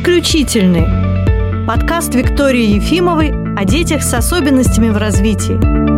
Исключительный. Подкаст Виктории Ефимовой о детях с особенностями в развитии.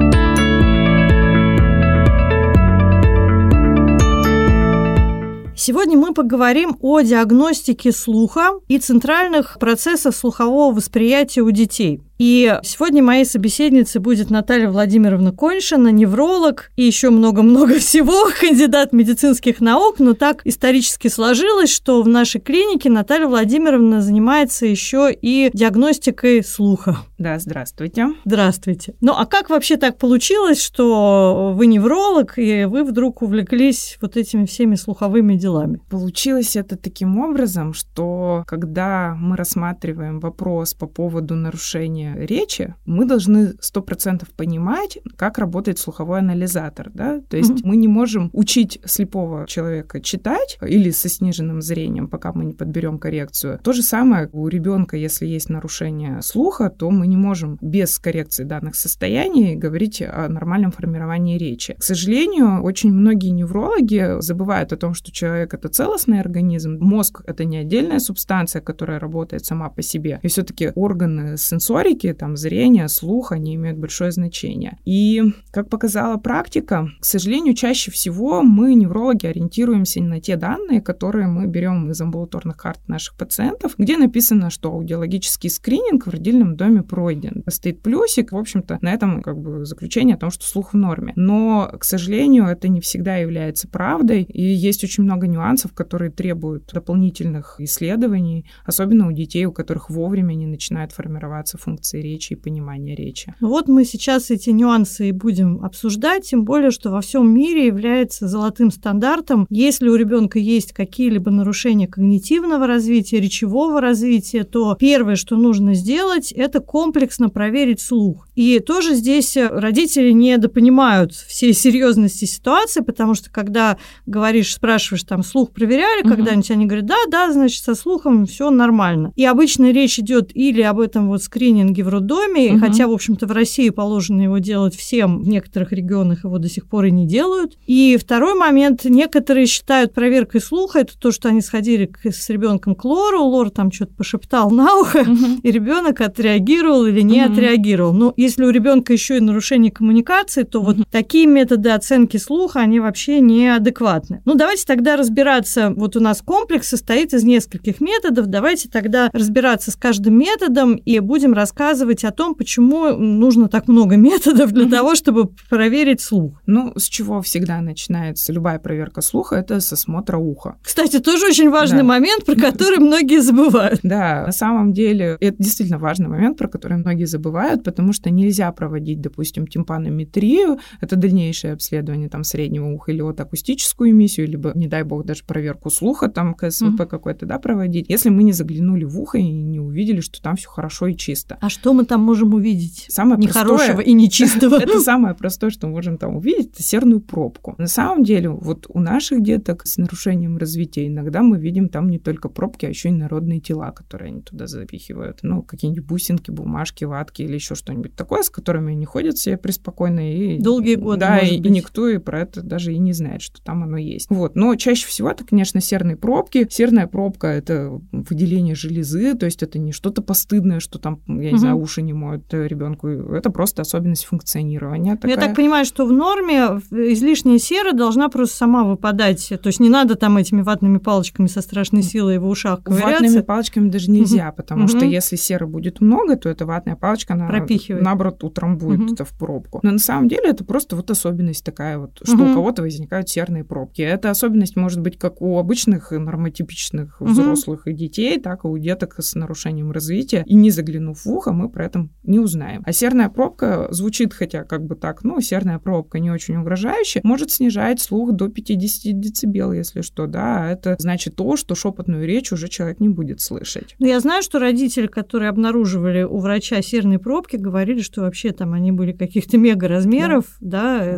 Сегодня мы поговорим о диагностике слуха и центральных процессах слухового восприятия у детей. И сегодня моей собеседницей будет Наталья Владимировна Коньшина, невролог и еще много-много всего, кандидат медицинских наук, но так исторически сложилось, что в нашей клинике Наталья Владимировна занимается еще и диагностикой слуха. Да, здравствуйте. Здравствуйте. Ну, а как вообще так получилось, что вы невролог, и вы вдруг увлеклись вот этими всеми слуховыми делами? Получилось это таким образом, что когда мы рассматриваем вопрос по поводу нарушения речи, мы должны 100% понимать, как работает слуховой анализатор, да? То есть мы не можем учить слепого человека читать или со сниженным зрением, пока мы не подберем коррекцию. То же самое у ребенка, если есть нарушение слуха, то мы не можем без коррекции данных состояний говорить о нормальном формировании речи. К сожалению, очень многие неврологи забывают о том, что человек — это целостный организм, мозг — это не отдельная субстанция, которая работает сама по себе, и все-таки органы сенсорики, там, зрение, слух, они имеют большое значение. И, как показала практика, к сожалению, чаще всего мы, неврологи, ориентируемся на те данные, которые мы берем из амбулаторных карт наших пациентов, где написано, что аудиологический скрининг в родильном доме пройден. Стоит плюсик, в общем-то, на этом заключение о том, что слух в норме. Но, к сожалению, это не всегда является правдой, и есть очень много нюансов, которые требуют дополнительных исследований, особенно у детей, у которых вовремя не начинает формироваться функции речи и понимания речи. Вот мы сейчас эти нюансы и будем обсуждать, тем более, что во всем мире является золотым стандартом. Если у ребенка есть какие-либо нарушения когнитивного развития, речевого развития, то первое, что нужно сделать, это комплексно проверить слух. И тоже здесь родители недопонимают всей серьезности ситуации, потому что когда спрашиваешь, там, слух проверяли когда-нибудь, они говорят, да, значит, со слухом все нормально. И обычно речь идет или об этом вот скрининге в роддоме, хотя, в общем-то, в России положено его делать всем, в некоторых регионах его до сих пор и не делают. И второй момент, некоторые считают проверкой слуха, это то, что они сходили с ребенком к лору, лор там что-то пошептал на ухо, и ребенок отреагировал или не отреагировал. Но если у ребенка еще и нарушение коммуникации, то вот такие методы оценки слуха, они вообще неадекватны. Ну, давайте тогда разбираться. Вот у нас комплекс состоит из нескольких методов. Давайте тогда разбираться с каждым методом и будем рассказывать о том, почему нужно так много методов для того, чтобы проверить слух. Ну, с чего всегда начинается любая проверка слуха, это с осмотра уха. Кстати, тоже очень важный момент, про который многие забывают. Да, на самом деле, это действительно важный момент, про который многие забывают, потому что нельзя проводить, допустим, тимпанометрию, это дальнейшее обследование там среднего уха, или вот акустическую эмиссию, либо, не дай бог, даже проверку слуха, там КСВП какой-то, да, проводить, если мы не заглянули в ухо и не увидели, что там все хорошо и чисто. А что мы там можем увидеть? Самое нехорошего и нечистого. Это самое простое, что мы можем там увидеть, это серную пробку. На самом деле, вот у наших деток с нарушением развития иногда мы видим там не только пробки, а еще и народные тела, которые они туда запихивают. Ну, какие-нибудь бусинки, бумажки, ватки или еще что-нибудь такое, с которыми они ходят себе преспокойно. И долгие годы, да, и никто и про это даже и не знает, что там оно есть. Вот. Но чаще всего это, конечно, серные пробки. Серная пробка — это выделение железы, то есть это не что-то постыдное, что там, я не знаю, уши не моют ребенку. Это просто особенность функционирования такая. Я так понимаю, что в норме излишняя сера должна просто сама выпадать. То есть не надо там этими ватными палочками со страшной силой в ушах ковыряться. Ватными палочками даже нельзя, потому что если серы будет много, то эта ватная палочка, она, наоборот, утрамбует это в пробку. Но на самом деле это просто вот особенность такая вот, что у кого-то возникают серные пробки. Эта особенность может быть как у обычных нормотипичных взрослых и детей, так и у деток с нарушением развития. И не заглянув в ухо, мы про это не узнаем. А серная пробка звучит, хотя как бы так, серная пробка не очень угрожающая, может снижать слух до 50 дБ, если что, да. Это значит то, что шепотную речь уже человек не будет слышать. Я знаю, что родители, которые обнаруживали у врача серные пробки, говорили, что вообще там они были каких-то мега размеров, да.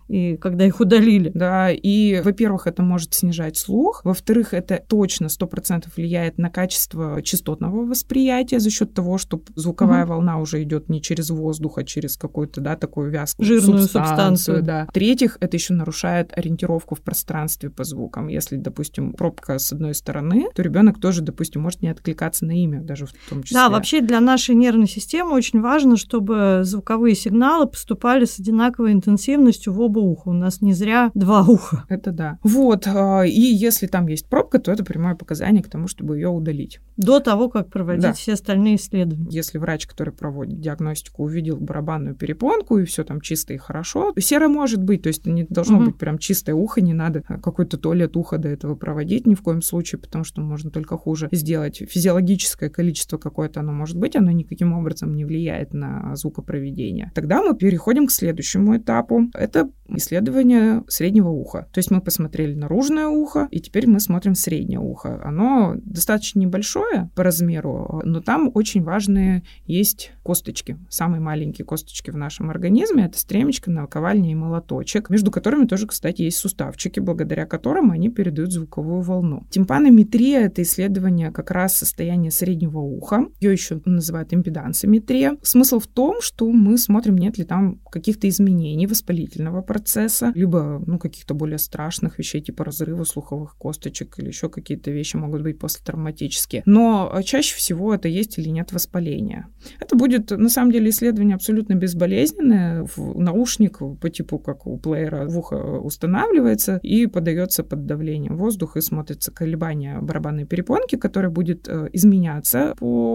и когда их удалили. Да, и, во-первых, это может снижать слух, во-вторых, это точно 100% влияет на качество частотного восприятия за счет того, что звуковая волна уже идет не через воздух, а через какую-то, да, такую вязкую жирную субстанцию. Да. В-третьих, это еще нарушает ориентировку в пространстве по звукам. Если, допустим, пробка с одной стороны, то ребенок тоже, допустим, может не откликаться на имя, даже в том числе. Да, вообще для нашей нервной системы очень важно, чтобы звуковые сигналы поступали с одинаковой интенсивностью в оба уха. У нас не зря два уха. Это да. Вот, и если там есть пробка, то это прямое показание к тому, чтобы ее удалить. До того, как проводить все остальные исследования. Если врач, который проводит диагностику, увидел барабанную перепонку, и все там чисто и хорошо, серо может быть, то есть не должно быть прям чистое ухо, не надо какой-то туалет уха до этого проводить ни в коем случае, потому что можно только хуже сделать. Физиологическое количество какое-то оно может быть, оно никаким образом не влияет на звукопроведение. Тогда мы переходим к следующему этапу. Это исследование среднего уха. То есть мы посмотрели наружное ухо, и теперь мы смотрим среднее ухо. Оно достаточно небольшое по размеру, но там очень важные есть косточки. Самые маленькие косточки в нашем организме — это стремечко, наковальня и молоточек, между которыми тоже, кстати, есть суставчики, благодаря которым они передают звуковую волну. Тимпанометрия — это исследование как раз состояния среднего уха. Ее еще называют импедансометрия. Смысл в том, что мы смотрим, нет ли там каких-то изменений воспалительного процесса, либо каких-то более страшных вещей, типа разрыва слуховых косточек или еще какие-то вещи могут быть посттравматические. Но чаще всего это есть или нет воспаления. Это будет, на самом деле, исследование абсолютно безболезненное. Наушник по типу, как у плеера, в ухо устанавливается и подается под давлением воздуха, и смотрится колебания барабанной перепонки, которая будет изменяться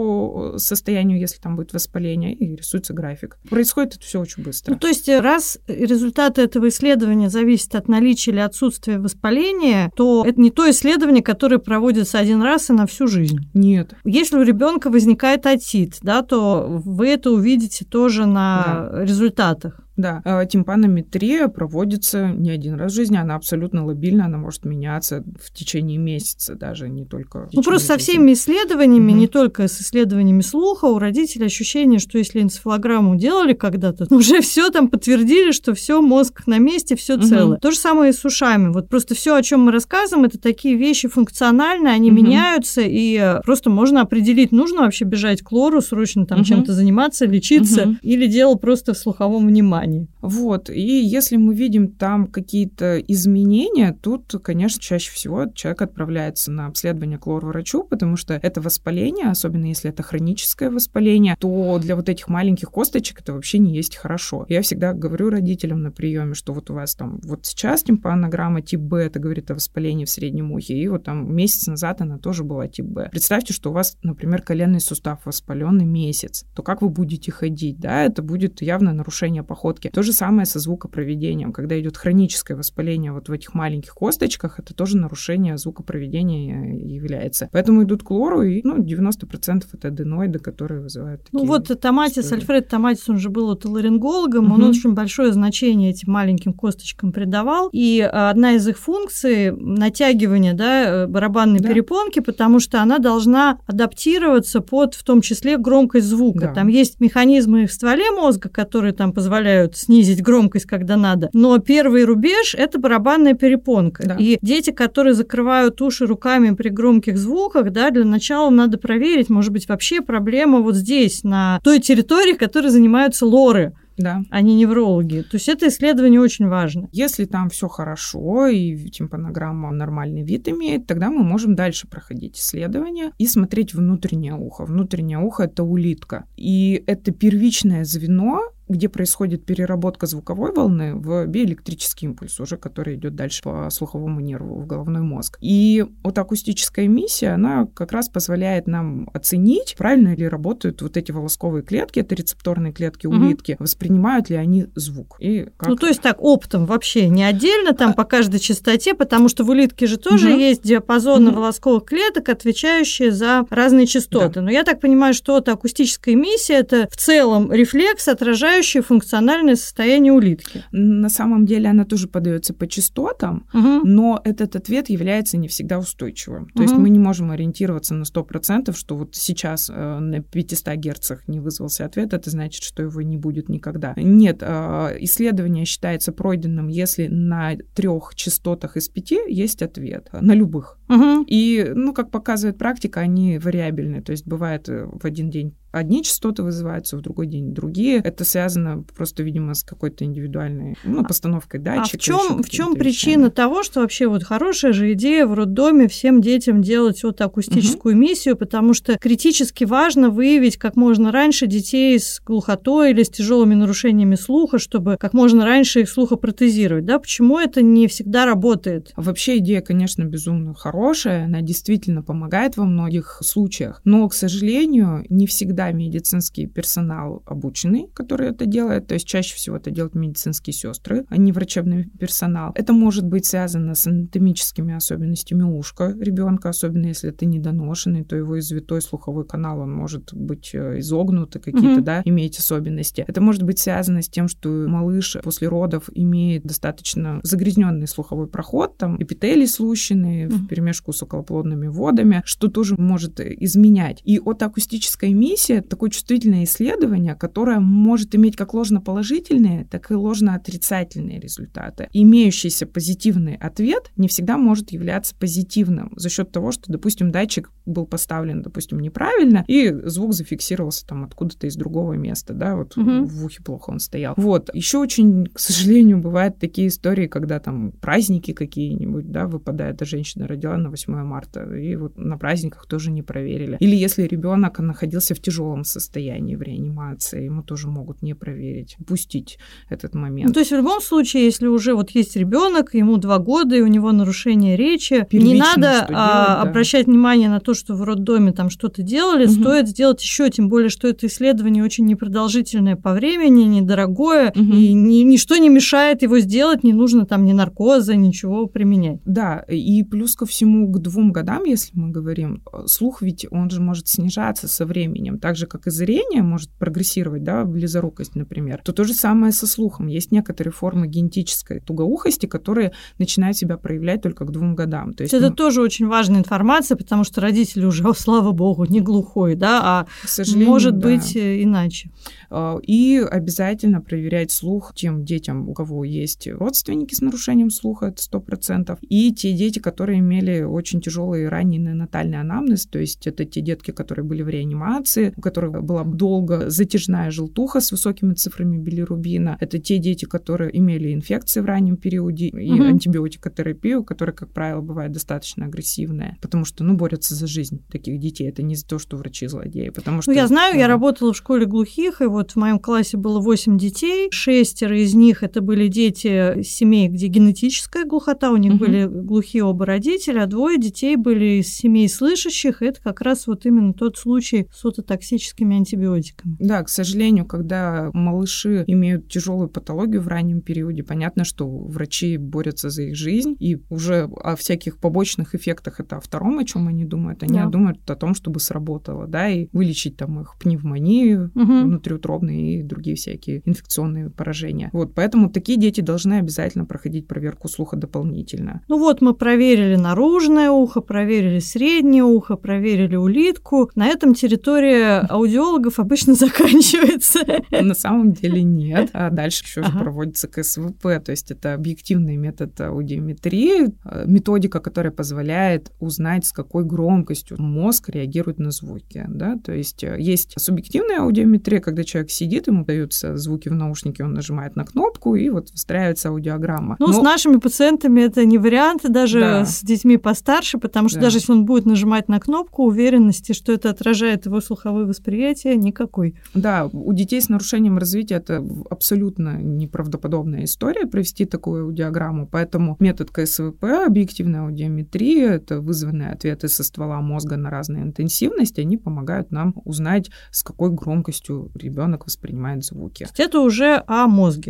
по состоянию, если там будет воспаление, и рисуется график. Происходит это все очень быстро. То есть, раз результаты этого исследования зависят от наличия или отсутствия воспаления, то это не то исследование, которое проводится один раз и на всю жизнь. Нет. Если у ребенка возникает отит, да, то вы это увидите тоже на результатах. Да, тимпанометрия проводится не один раз в жизни, она абсолютно лобильна, она может меняться в течение месяца даже, не только... Просто со всеми исследованиями, не только с исследованиями слуха, у родителей ощущение, что если энцефалограмму делали когда-то, уже все там подтвердили, что все мозг на месте, все целое. То же самое и с ушами. Вот просто все, о чем мы рассказываем, это такие вещи функциональные, они меняются, и просто можно определить, нужно вообще бежать к лору, срочно там чем-то заниматься, лечиться, или дело просто в слуховом внимании. Вот, и если мы видим там какие-то изменения, тут, конечно, чаще всего человек отправляется на обследование к лор-врачу, потому что это воспаление, особенно если это хроническое воспаление, то для вот этих маленьких косточек это вообще не есть хорошо. Я всегда говорю родителям на приеме, что вот у вас там вот сейчас тимпанограмма тип Б, это говорит о воспалении в среднем ухе, и вот там месяц назад она тоже была тип Б. Представьте, что у вас, например, коленный сустав воспаленный месяц, то как вы будете ходить, да, это будет явно нарушение походки. То же самое со звукопроведением. Когда идет хроническое воспаление вот в этих маленьких косточках, это тоже нарушение звукопроведения является. Поэтому идут к лору, и 90% это аденоиды, которые вызывают такие Томатис, Альфред Томатис, он же был отоларингологом, он очень большое значение этим маленьким косточкам придавал, и одна из их функций — натягивание, барабанной перепонки, потому что она должна адаптироваться под, в том числе, громкость звука. Там есть механизмы в стволе мозга, которые там позволяют снизить громкость, когда надо. Но первый рубеж — это барабанная перепонка. Да. И дети, которые закрывают уши руками при громких звуках, для начала надо проверить, может быть, вообще проблема вот здесь, на той территории, которой занимаются лоры. Да. А не неврологи. То есть это исследование очень важно. Если там все хорошо и тимпанограмма нормальный вид имеет, тогда мы можем дальше проходить исследование и смотреть внутреннее ухо. Внутреннее ухо — это улитка. И это первичное звено, где происходит переработка звуковой волны в биоэлектрический импульс, уже который идет дальше по слуховому нерву в головной мозг. И вот акустическая эмиссия, она как раз позволяет нам оценить, правильно ли работают вот эти волосковые клетки, это рецепторные клетки улитки, воспринимают ли они звук. И как... то есть так, оптом вообще, не отдельно там по каждой частоте, потому что в улитке же тоже есть диапазоны волосковых клеток, отвечающие за разные частоты. Но я так понимаю, что акустическая эмиссия — это в целом рефлекс, отражающий отображающая функциональное состояние улитки. На самом деле она тоже подается по частотам, но этот ответ является не всегда устойчивым. То есть мы не можем ориентироваться на 100%, что вот сейчас на 500 герцах не вызвался ответ, это значит, что его не будет никогда. Нет, исследование считается пройденным, если на 3 частотах из 5 есть ответ, на любых. И, как показывает практика, они вариабельны. То есть бывает в один день одни частоты вызываются, в другой день другие. Это связано просто, видимо, с какой-то индивидуальной постановкой датчика. В чем причина того, что вообще вот хорошая же идея в роддоме всем детям делать вот акустическую миссию, потому что критически важно выявить как можно раньше детей с глухотой или с тяжелыми нарушениями слуха, чтобы как можно раньше их слухопротезировать. Да? Почему это не всегда работает? Вообще идея, конечно, безумно хорошая, она действительно помогает во многих случаях, но, к сожалению, не всегда медицинский персонал обученный, который это делает, то есть чаще всего это делают медицинские сестры, а не врачебный персонал. Это может быть связано с анатомическими особенностями ушка ребенка, особенно если это недоношенный, то его извитой слуховой канал, он может быть изогнут, и какие-то, иметь особенности. Это может быть связано с тем, что малыш после родов имеет достаточно загрязненный слуховой проход, там эпителий слущенный вперемешку с околоплодными водами, что тоже может изменять. И отоакустическая эмиссия — такое чувствительное исследование, которое может иметь как ложноположительные, так и ложноотрицательные результаты. Имеющийся позитивный ответ не всегда может являться позитивным за счет того, что, допустим, датчик был поставлен, допустим, неправильно, и звук зафиксировался там откуда-то из другого места, в ухе плохо он стоял. Еще очень, к сожалению, бывают такие истории, когда там праздники какие-нибудь, выпадает, женщина родила на 8 марта, и вот на праздниках тоже не проверили. Или если ребенок находился в тяжелом состоянии в реанимации, ему тоже могут не проверить, упустить этот момент. То есть в любом случае, если уже есть ребенок, ему 2 года, и у него нарушение речи, не надо обращать внимание на то, что в роддоме там что-то делали, стоит сделать еще, тем более, что это исследование очень непродолжительное по времени, недорогое, и ничто не мешает его сделать, не нужно там ни наркоза, ничего применять. Да, и плюс ко всему к 2 годам, если мы говорим, слух ведь он же может снижаться со временем, так же, как и зрение может прогрессировать, близорукость, например, то же самое со слухом. Есть некоторые формы генетической тугоухости, которые начинают себя проявлять только к 2 годам. То есть, это тоже очень важная информация, потому что родители уже, слава богу, не глухой, а может быть иначе. И обязательно проверять слух тем детям, у кого есть родственники с нарушением слуха, это 100%, и те дети, которые имели очень тяжелый ранний неонатальный анамнез, то есть это те детки, которые были в реанимации, у которых была долго затяжная желтуха с высокими цифрами билирубина. Это те дети, которые имели инфекции в раннем периоде и антибиотикотерапию, которая, как правило, бывает достаточно агрессивная, потому что, борются за жизнь таких детей. Это не за то, что врачи злодеи, потому что... я знаю, я работала в школе глухих, и в моем классе было 8 детей, 6 из них это были дети семей, где генетическая глухота, у них были глухие оба родителя, а 2 детей были из семей слышащих, и это как раз именно тот случай с ототоксическими антибиотиками. Да, к сожалению, когда малыши имеют тяжелую патологию в раннем периоде, понятно, что врачи борются за их жизнь, и уже о всяких побочных эффектах это о втором, о чем они думают. Они думают о том, чтобы сработало, и вылечить там их пневмонию внутриутробные и другие всякие инфекционные поражения. Поэтому такие дети должны обязательно проходить проверку слуха дополнительно. Мы проверили наружное ухо, проверили среднее ухо, проверили улитку. На этом территория аудиологов обычно заканчивается. На самом деле нет. А дальше еще же проводится КСВП, то есть это объективный метод аудиометрии, методика, которая позволяет узнать, с какой громкостью мозг реагирует на звуки. То есть есть субъективная аудиометрия, когда человек сидит, ему даются звуки в наушнике, он нажимает на кнопку, и выстраивается аудиограмма. С нашими пациентами это не вариант, даже с детьми постарше, потому что даже если он будет нажимать на кнопку, уверенности, что это отражает его слуховые восприятия, никакой. Да, у детей с нарушением развития это абсолютно неправдоподобная история провести такую аудиограмму, поэтому метод КСВП, объективная аудиометрия, это вызванные ответы со ствола мозга на разные интенсивности, они помогают нам узнать, с какой громкостью ребенок воспринимает звуки. Это уже о мозге.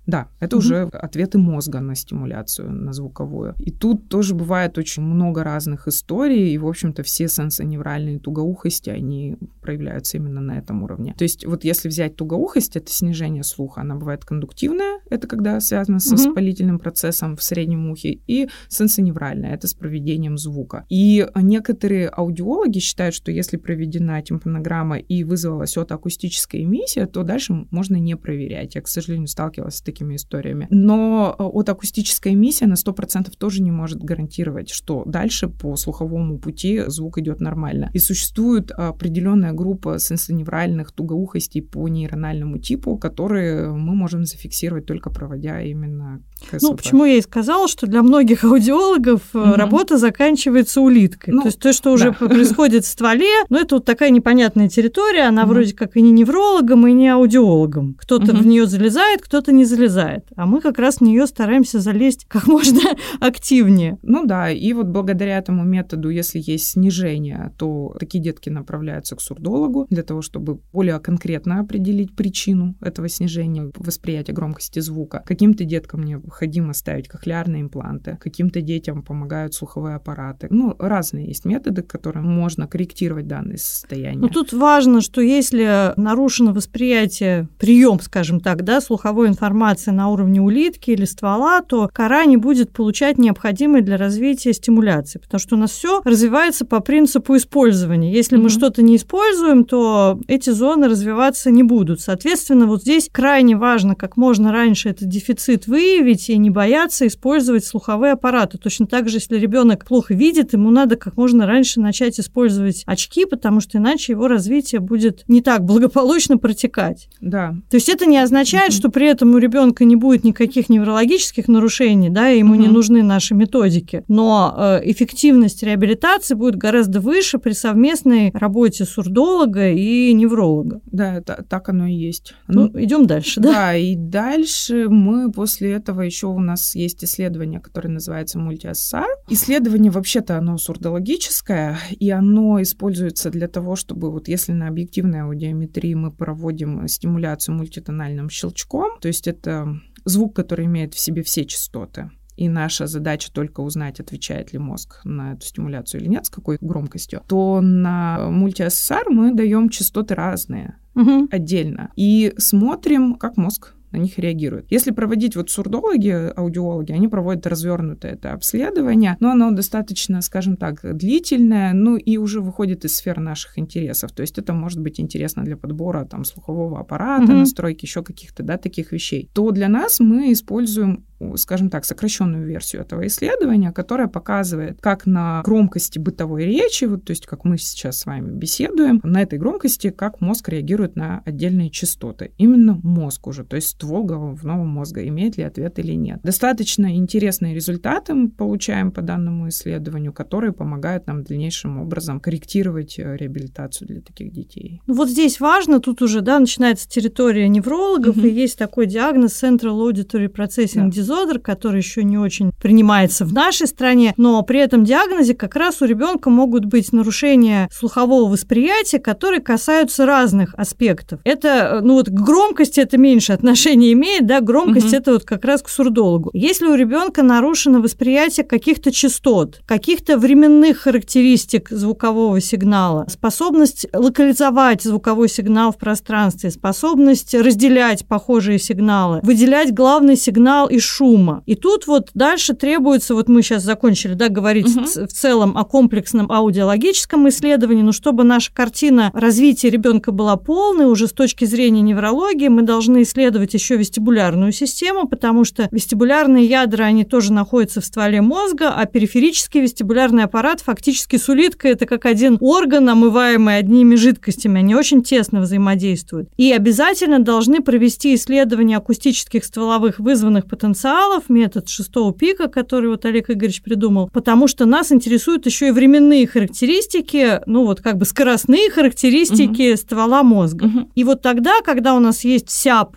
Да, это уже ответы мозга на стимуляцию, на звуковую. И тут тоже бывает очень много разных историй, и, в общем-то, все сенсоневральные тугоухости, они проявляются именно на этом уровне. То есть вот если взять тугоухость, это снижение слуха, она бывает кондуктивная, это когда связано со воспалительным процессом в среднем ухе, и сенсоневральная, это с проведением звука. И некоторые аудиологи считают, что если проведена тимпанограмма и вызвалась отоакустическая эмиссия, то дальше можно не проверять. Я, к сожалению, сталкивалась с такими историями. Но отоакустическая эмиссия на 100% тоже не может гарантировать, что дальше по слуховому пути звук идет нормально. И существует определенная группа сенсоневральных тугоухостей по нейрональному типу, которые мы можем зафиксировать только проводя именно КСВП. Ну, почему я и сказала, что для многих аудиологов работа заканчивается улиткой. То есть то, что уже происходит в стволе, это вот такая непонятная территория, она вроде как и не неврологом, и не аудиологом. Кто-то в нее залезает, кто-то не залезает. А мы как раз в нее стараемся залезть как можно активнее. Ну да, и вот благодаря этому методу, если есть снижение, то такие детки направляются к сурдологу для того, чтобы более конкретно определить причину этого снижения восприятия громкости звука. Каким-то деткам необходимо ставить кохлеарные импланты, каким-то детям помогают слуховые аппараты. Разные есть методы, которыми можно корректировать данное состояние. Но тут важно, что если нарушено восприятие, прием, скажем так, слуховой информации на уровне улитки или ствола, то кора не будет получать необходимой для развития стимуляции, потому что у нас все развивается по принципу использования. Если мы что-то не используем, то эти зоны развиваться не будут. Соответственно, вот здесь крайне важно как можно раньше этот дефицит выявить и не бояться использовать слуховые аппараты. Точно так же, если ребенок плохо видит, ему надо как можно раньше начать использовать очки, потому что иначе его развитие будет не так благополучно протекать. Да. То есть это не означает, что при этом у ребенка не будет никаких неврологических нарушений, и ему не нужны наши методики. Но эффективность реабилитации будет гораздо выше при совместной работе сурдолога и невролога. Да, так оно и есть. Идем дальше, да? Да, и дальше мы после этого еще у нас есть исследование, которое называется мульти-ССР. Исследование вообще-то оно сурдологическое, и оно используется для того, чтобы вот если на объективной аудиометрии мы проводим стимуляцию мультитональным щелчком, то есть это звук, который имеет в себе все частоты. И наша задача только узнать, отвечает ли мозг на эту стимуляцию или нет, с какой громкостью, то на мульти-ССР мы даем частоты разные отдельно и смотрим, как мозг на них реагирует. Если проводить сурдологи, аудиологи, они проводят развернутое это обследование, но оно достаточно, скажем так, длительное, и уже выходит из сфер наших интересов. То есть это может быть интересно для подбора слухового аппарата, настройки еще каких-то, таких вещей. То для нас мы используем, скажем так, сокращенную версию этого исследования, которая показывает, как на громкости бытовой речи, то есть как мы сейчас с вами беседуем, на этой громкости, как мозг реагирует на отдельные частоты. Именно мозг уже, то есть ствол головного мозга, имеет ли ответ или нет. Достаточно интересные результаты мы получаем по данному исследованию, которые помогают нам дальнейшим образом корректировать реабилитацию для таких детей. Вот здесь важно, тут уже начинается территория неврологов, и есть такой диагноз Central Auditory Processing Disorder, который еще не очень принимается в нашей стране, но при этом диагнозе как раз у ребенка могут быть нарушения слухового восприятия, которые касаются разных аспектов. Это, к громкости это меньше отношения имеет, громкость это как раз к сурдологу. Если у ребенка нарушено восприятие каких-то частот, каких-то временных характеристик звукового сигнала, способность локализовать звуковой сигнал в пространстве, способность разделять похожие сигналы, выделять главный сигнал из шума. И тут дальше требуется, мы сейчас закончили, говорить в целом о комплексном аудиологическом исследовании, но чтобы наша картина развития ребенка была полной, уже с точки зрения неврологии, мы должны исследовать еще вестибулярную систему, потому что вестибулярные ядра, они тоже находятся в стволе мозга, а периферический вестибулярный аппарат фактически с улиткой это как один орган, омываемый одними жидкостями, они очень тесно взаимодействуют. И обязательно должны провести исследование акустических стволовых вызванных потенциалов, метод шестого пика, который Олег Игоревич придумал, потому что нас интересуют еще и временные характеристики, скоростные характеристики ствола мозга. И тогда, когда у нас есть вся полная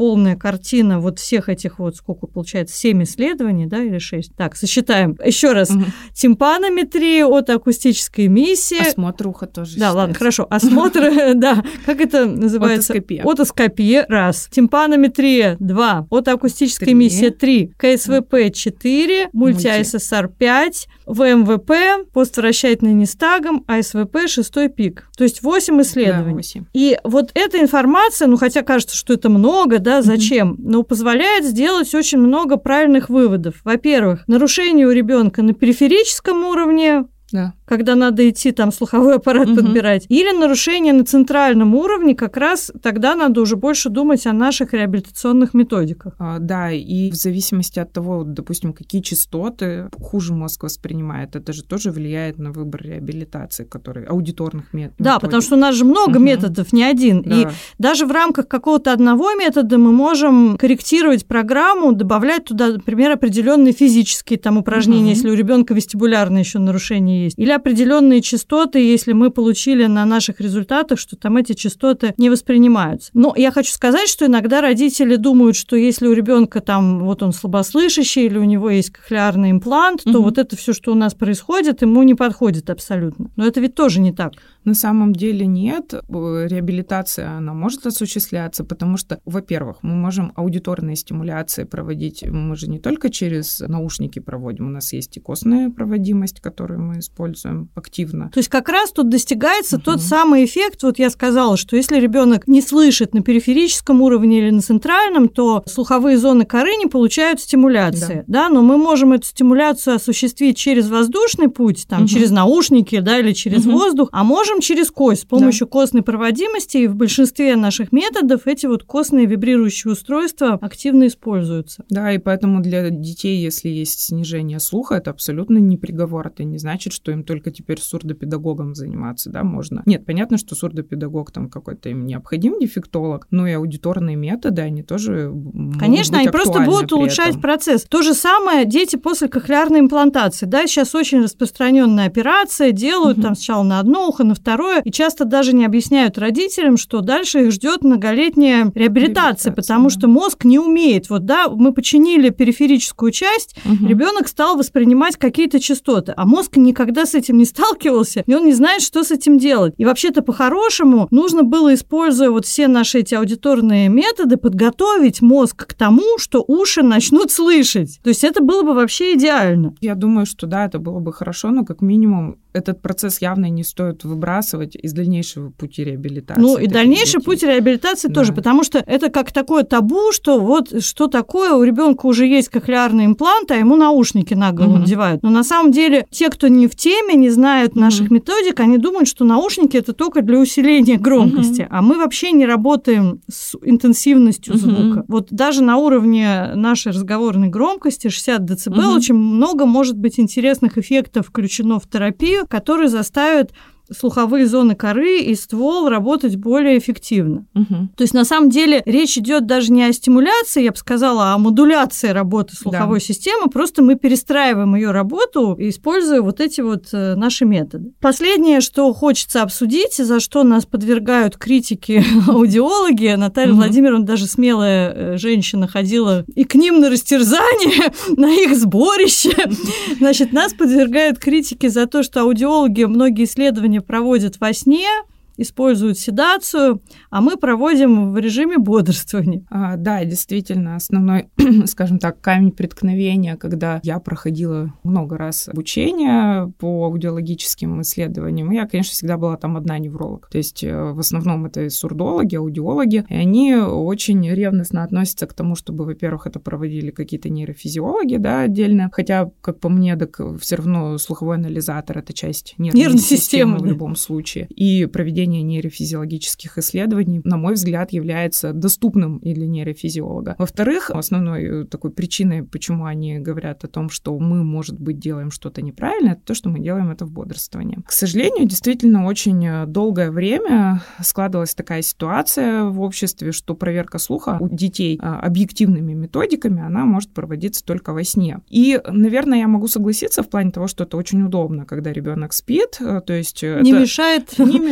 картина вот всех этих вот, сколько получается, 7 исследований, да, или 6. Так, сосчитаем. Еще раз. Тимпанометрия, отоакустическая эмиссия. Осмотр уха тоже Да, считается. ладно, хорошо. Осмотр, да, как это называется? Отоскопия, раз. Тимпанометрия, 2. Отоакустическая эмиссия, 3. КСВП, 4. Мульти-АССР, 5. ВМВП, поствращательный нистагм, АСВП, 6 пик. То есть 8 исследований. Да, 8. И вот эта информация, ну, хотя кажется, что это много, да, зачем? Но позволяет сделать очень много правильных выводов. Во-первых, нарушение у ребенка на периферическом уровне, да. Когда надо идти там слуховой аппарат подбирать, или нарушение на центральном уровне, как раз тогда надо уже больше думать о наших реабилитационных методиках. Да, и в зависимости от того, допустим, какие частоты хуже мозг воспринимает, это же тоже влияет на выбор реабилитации, аудиторных методов. Да, потому что у нас же много методов, не один. Да. И даже в рамках какого-то одного метода мы можем корректировать программу, добавлять туда, например, определенные физические там упражнения, если у ребенка вестибулярные еще нарушения есть, или определенные частоты, если мы получили на наших результатах, что там эти частоты не воспринимаются. Но я хочу сказать, что иногда родители думают, что если у ребенка там вот он слабослышащий или у него есть кохлеарный имплант, то вот это все, что у нас происходит, ему не подходит абсолютно. Но это ведь тоже не так. На самом деле нет. Реабилитация, она может осуществляться, потому что, во-первых, мы можем аудиторные стимуляции проводить. Мы же не только через наушники проводим, у нас есть и костная проводимость, которую мы используем активно. То есть как раз тут достигается тот самый эффект, вот я сказала, что если ребенок не слышит на периферическом уровне или на центральном, то слуховые зоны коры не получают стимуляции, да, но мы можем эту стимуляцию осуществить через воздушный путь, там, через наушники, да, или через воздух, а можем через кость с помощью костной проводимости, и в большинстве наших методов эти вот костные вибрирующие устройства активно используются. Да, и поэтому для детей, если есть снижение слуха, это абсолютно не приговор, это не значит, что им только теперь сурдопедагогом заниматься, да, можно. Нет, понятно, что сурдопедагог там какой-то им необходим, дефектолог, но и аудиторные методы, они тоже Конечно, они просто будут улучшать процесс. То же самое дети после кохлеарной имплантации, да, сейчас очень распространенная операция, делают там сначала на одно ухо, на второе, и часто даже не объясняют родителям, что дальше их ждет многолетняя реабилитация, потому что мозг не умеет. Вот, да, мы починили периферическую часть, ребенок стал воспринимать какие-то частоты, а мозг никогда с этим не сталкивался, и он не знает, что с этим делать. И вообще-то по-хорошему нужно было, используя вот все наши эти аудиторные методы, подготовить мозг к тому, что уши начнут слышать. То есть это было бы вообще идеально. Я думаю, что да, это было бы хорошо, но как минимум этот процесс явно не стоит выбрасывать из дальнейшего пути реабилитации. Ну и дальнейший путь реабилитации тоже, потому что это как такое табу, что вот что такое, у ребенка уже есть кохлеарный имплант, а ему наушники на голову надевают. Но на самом деле те, кто не в теме, не знают наших методик, они думают, что наушники это только для усиления громкости, а мы вообще не работаем с интенсивностью звука. Вот даже на уровне нашей разговорной громкости 60 дБ очень много может быть интересных эффектов включено в терапию, которые заставят слуховые зоны коры и ствол работать более эффективно. То есть, на самом деле, речь идет даже не о стимуляции, я бы сказала, а о модуляции работы слуховой системы, просто мы перестраиваем ее работу, используя вот эти вот наши методы. Последнее, что хочется обсудить, за что нас подвергают критике аудиологи, Наталья Владимировна, даже смелая женщина, ходила и к ним на растерзание, на их сборище. Значит, нас подвергают критике за то, что аудиологи многие исследования проводят во сне, используют седацию, а мы проводим в режиме бодрствования. Да, действительно, основной, скажем так, камень преткновения, когда я проходила много раз обучение по аудиологическим исследованиям, я, конечно, всегда была там одна невролог. То есть в основном это сурдологи, аудиологи, и они очень ревностно относятся к тому, чтобы, во-первых, это проводили какие-то нейрофизиологи, да, отдельно, хотя, как по мне, так все равно слуховой анализатор — это часть нервной системы в любом случае. И проведение нейрофизиологических исследований, на мой взгляд, является доступным и для нейрофизиолога. Во-вторых, основной такой причиной, почему они говорят о том, что мы, может быть, делаем что-то неправильно, это то, что мы делаем это в бодрствовании. К сожалению, действительно, очень долгое время складывалась такая ситуация в обществе, что проверка слуха у детей объективными методиками, она может проводиться только во сне. И, наверное, я могу согласиться в плане того, что это очень удобно, когда ребенок спит, то есть не мешает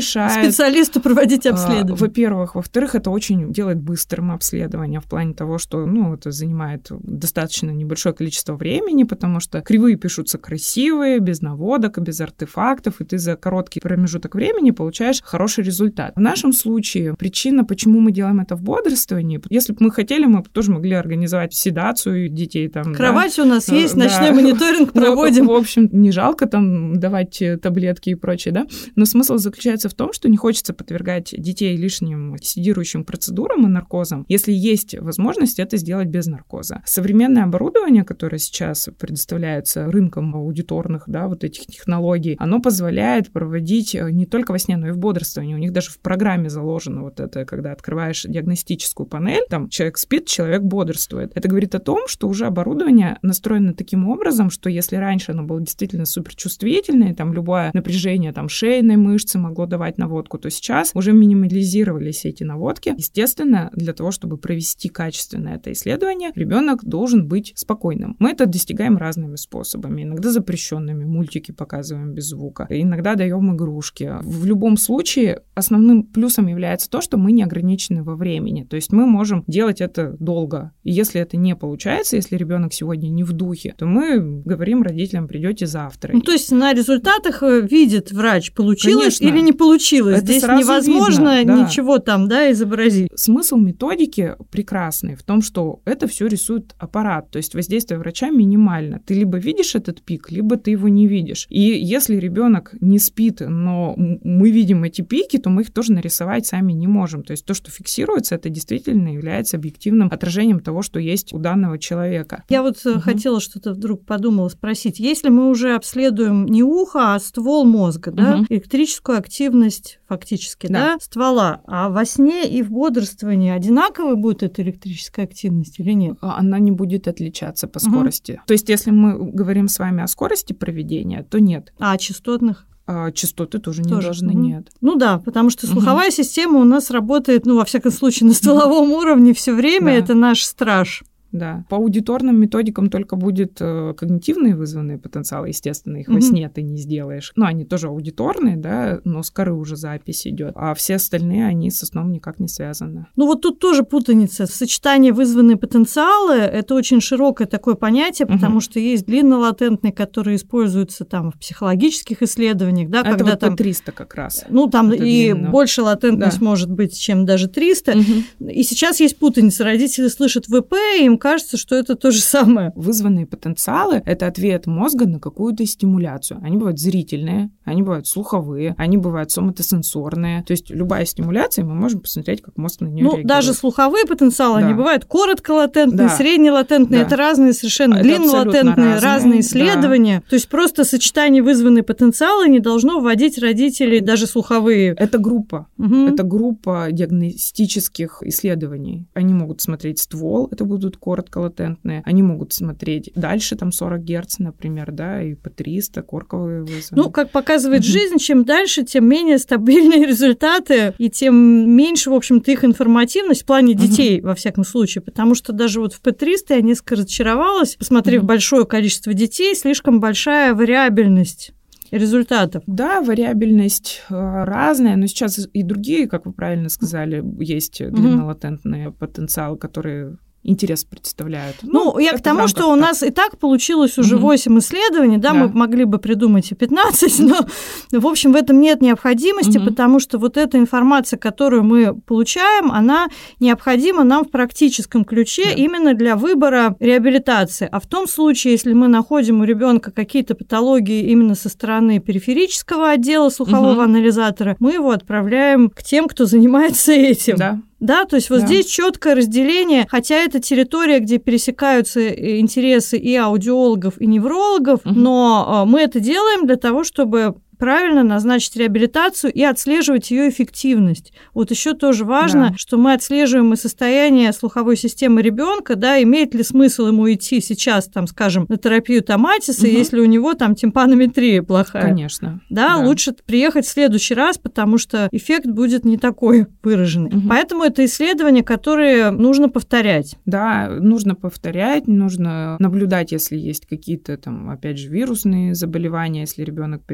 специалисту проводить обследование. Во-первых. Во-вторых, это очень делает быстрым обследование в плане того, что, это занимает достаточно небольшое количество времени, потому что кривые пишутся красивые, без наводок, без артефактов, и ты за короткий промежуток времени получаешь хороший результат. В нашем случае причина, почему мы делаем это в бодрствовании, если бы мы хотели, мы бы тоже могли организовать седацию детей. Кровать у нас есть, ночной мониторинг проводим. В общем, не жалко давать таблетки и прочее, да? Но смысл заключается в том, что не хочется подвергать детей лишним седирующим процедурам и наркозам, если есть возможность это сделать без наркоза. Современное оборудование, которое сейчас предоставляется рынком аудиторных, этих технологий, оно позволяет проводить не только во сне, но и в бодрствовании. У них даже в программе заложено это, когда открываешь диагностическую панель, там человек спит, человек бодрствует. Это говорит о том, что уже оборудование настроено таким образом, что если раньше оно было действительно суперчувствительное, любое напряжение шейной мышцы могло давать наводку, то сейчас уже минимализировались эти наводки. Естественно, для того, чтобы провести качественное это исследование, ребенок должен быть спокойным. Мы это достигаем разными способами, иногда запрещенными, мультики показываем без звука, иногда даем игрушки. В любом случае, основным плюсом является то, что мы не ограничены во времени, то есть мы можем делать это долго. И если это не получается, если ребенок сегодня не в духе, то мы говорим родителям: придете завтра. То есть на результатах видит врач, получилось Конечно. Или не получилось. Это здесь невозможно видно, ничего изобразить. Смысл методики прекрасный в том, что это все рисует аппарат, то есть воздействие врача минимально. Ты либо видишь этот пик, либо ты его не видишь. И если ребенок не спит, но мы видим эти пики, то мы их тоже нарисовать сами не можем. То есть то, что фиксируется, это действительно является объективным отражением того, что есть у данного человека. Я хотела что-то вдруг подумала спросить. Если мы уже обследуем не ухо, а ствол мозга, электрическую активность фактически, ствола, а во сне и в бодрствовании одинаковой будет эта электрическая активность или нет? Она не будет отличаться по скорости. То есть если мы говорим с вами о скорости проведения, то нет. А о частотных? Частоты тоже не должны, нет. Потому что слуховая система у нас работает, во всяком случае, на стволовом уровне все время, это наш страж. Да. По аудиторным методикам только будет когнитивные вызванные потенциалы, естественно, их во сне ты не сделаешь. Они тоже аудиторные, но с коры уже запись идет. А все остальные, они со сном никак не связаны. Тут тоже путаница. Сочетание вызванные потенциалы – это очень широкое такое понятие, потому что есть длиннолатентные, которые используются в психологических исследованиях. Да, это когда по 300 как раз. И больше латентность может быть, чем даже 300. И сейчас есть путаница. Родители слышат ВП, им кажется, что это то же самое. Вызванные потенциалы – это ответ мозга на какую-то стимуляцию. Они бывают зрительные, они бывают слуховые, они бывают соматосенсорные. То есть любая стимуляция, мы можем посмотреть, как мозг на нее реагирует. Даже слуховые потенциалы, они бывают коротколатентные, среднелатентные. Это разные совершенно длиннолатентные, разные исследования. То есть просто сочетание вызванные потенциалы не должно вводить родителей, даже слуховые. Это группа. Это группа диагностических исследований. Они могут смотреть ствол, это будут коротколатентные. Они могут смотреть дальше, 40 Гц, например, и по 300 корковые вызваны. Как показывает жизнь, чем дальше, тем менее стабильные результаты, и тем меньше, в общем-то, их информативность в плане детей, во всяком случае. Потому что даже в P300 я несколько разочаровалась, посмотрев большое количество детей, слишком большая вариабельность результатов. Да, вариабельность разная, но сейчас и другие, как вы правильно сказали, есть длиннолатентные потенциалы, которые интерес представляют. Я к тому, что у нас и так получилось уже 8 исследований, мы могли бы придумать и 15, но, в общем, в этом нет необходимости, потому что эта информация, которую мы получаем, она необходима нам в практическом ключе именно для выбора реабилитации. А в том случае, если мы находим у ребенка какие-то патологии именно со стороны периферического отдела слухового анализатора, мы его отправляем к тем, кто занимается этим. То есть здесь четкое разделение, хотя это территория, где пересекаются интересы и аудиологов, и неврологов, но мы это делаем для того, чтобы правильно назначить реабилитацию и отслеживать ее эффективность. Еще тоже важно, что мы отслеживаем и состояние слуховой системы ребенка, имеет ли смысл ему идти сейчас, скажем, на терапию томатиса, если у него тимпанометрия плохая. Конечно. Лучше приехать в следующий раз, потому что эффект будет не такой выраженный. Поэтому это исследования, которые нужно повторять. Нужно повторять, нужно наблюдать, если есть какие-то, опять же, вирусные заболевания, если ребенок перенес инфекцию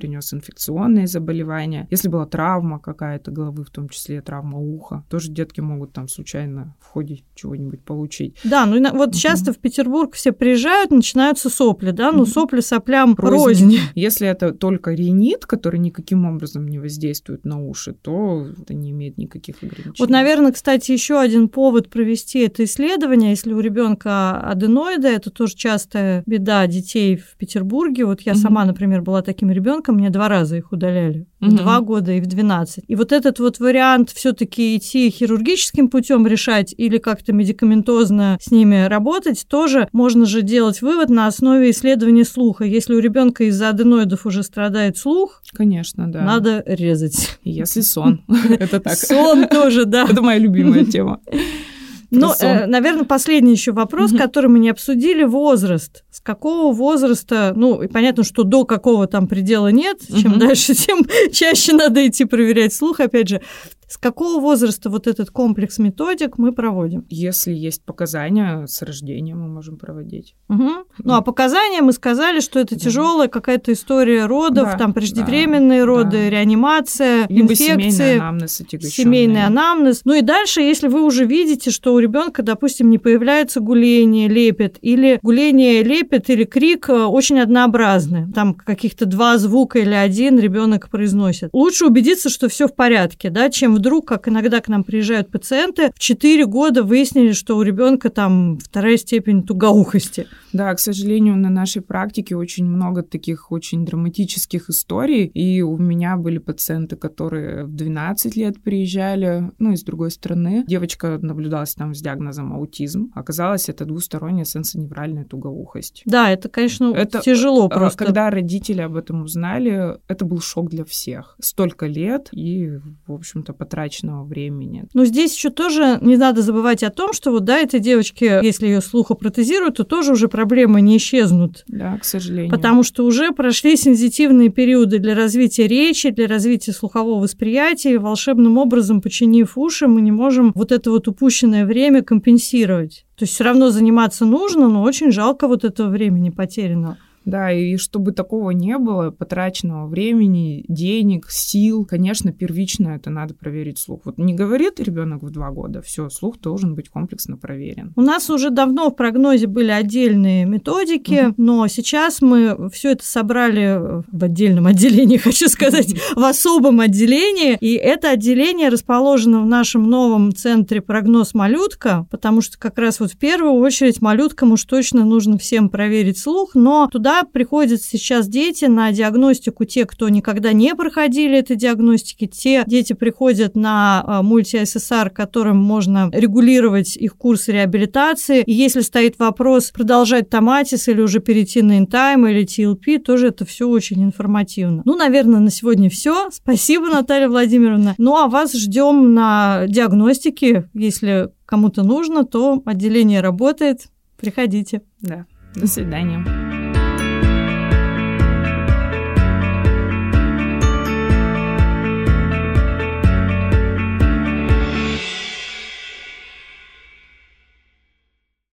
инфекционные заболевания. Если была травма какая-то головы, в том числе травма уха, тоже детки могут там случайно в ходе чего-нибудь получить. Да, ну вот часто в Петербург все приезжают, начинаются сопли, да, но сопли соплям рознь. Если это только ринит, который никаким образом не воздействует на уши, то это не имеет никаких ограничений. Вот, наверное, кстати, еще один повод провести это исследование, если у ребенка аденоиды, это тоже частая беда детей в Петербурге. Вот я сама, например, была таким ребенком, мне 2 раза их удаляли. В 2 года и в 12. И вот этот вот вариант все-таки идти хирургическим путем решать или как-то медикаментозно с ними работать, тоже можно же делать вывод на основе исследования слуха. Если у ребенка из-за аденоидов уже страдает слух, конечно, да, надо резать. Если сон, это так. Сон тоже, да. Это моя любимая тема. Ну, наверное, последний еще вопрос, который мы не обсудили, возраст. С какого возраста, ну, и понятно, что до какого там предела нет, чем дальше, тем чаще надо идти проверять слух, опять же. С какого возраста вот этот комплекс методик мы проводим? Если есть показания, с рождения мы можем проводить. Ну, а показания мы сказали, что это тяжелая какая-то история родов, там преждевременные роды, реанимация, либо инфекции. Семейный анамнез отягощенный. Семейный анамнез. Ну и дальше, если вы уже видите, что у ребенка, допустим, не появляется гуление, лепет, или гуление, лепет, или крик очень однообразны. Там каких-то 2 звука или 1 ребенок произносит. Лучше убедиться, что все в порядке, да, чем вдруг, как иногда к нам приезжают пациенты, в 4 года выяснили, что у ребенка там 2-я степень тугоухости. Да, к сожалению, на нашей практике очень много таких очень драматических историй, и у меня были пациенты, которые в 12 лет приезжали, ну, из другой страны. Девочка наблюдалась там с диагнозом аутизм. Оказалось, это 2-сторонняя сенсоневральная тугоухость. Да, это, конечно, тяжело просто. Когда родители об этом узнали, это был шок для всех. Столько лет и, в общем-то, потраченного времени. Но здесь еще тоже не надо забывать о том, что вот, да, этой девочке, если ее слухопротезируют, то тоже уже проблемы не исчезнут. Да, к сожалению. Потому что уже прошли сензитивные периоды для развития речи, для развития слухового восприятия, и волшебным образом, починив уши, мы не можем вот это вот упущенное время компенсировать. То есть все равно заниматься нужно, но очень жалко вот этого времени потерянного. Да, и чтобы такого не было, потраченного времени, денег, сил, конечно, первично это надо проверить слух. Вот не говорит ребенок в 2 года, все, слух должен быть комплексно проверен. У нас уже давно в прогнозе были отдельные методики, но сейчас мы все это собрали в отдельном отделении, хочу сказать, в особом отделении, и это отделение расположено в нашем новом центре «Прогноз малютка», потому что как раз вот в первую очередь малюткам уж точно нужно всем проверить слух, но туда приходят сейчас дети на диагностику, те, кто никогда не проходили этой диагностики, те дети приходят на мульти-ССР, которым можно регулировать их курс реабилитации, и если стоит вопрос продолжать томатис или уже перейти на интайм или TLP, тоже это все очень информативно. Ну, наверное, на сегодня все. Спасибо, Наталья Владимировна. Ну, а вас ждем на диагностике. Если кому-то нужно, то отделение работает. Приходите. Да. До свидания.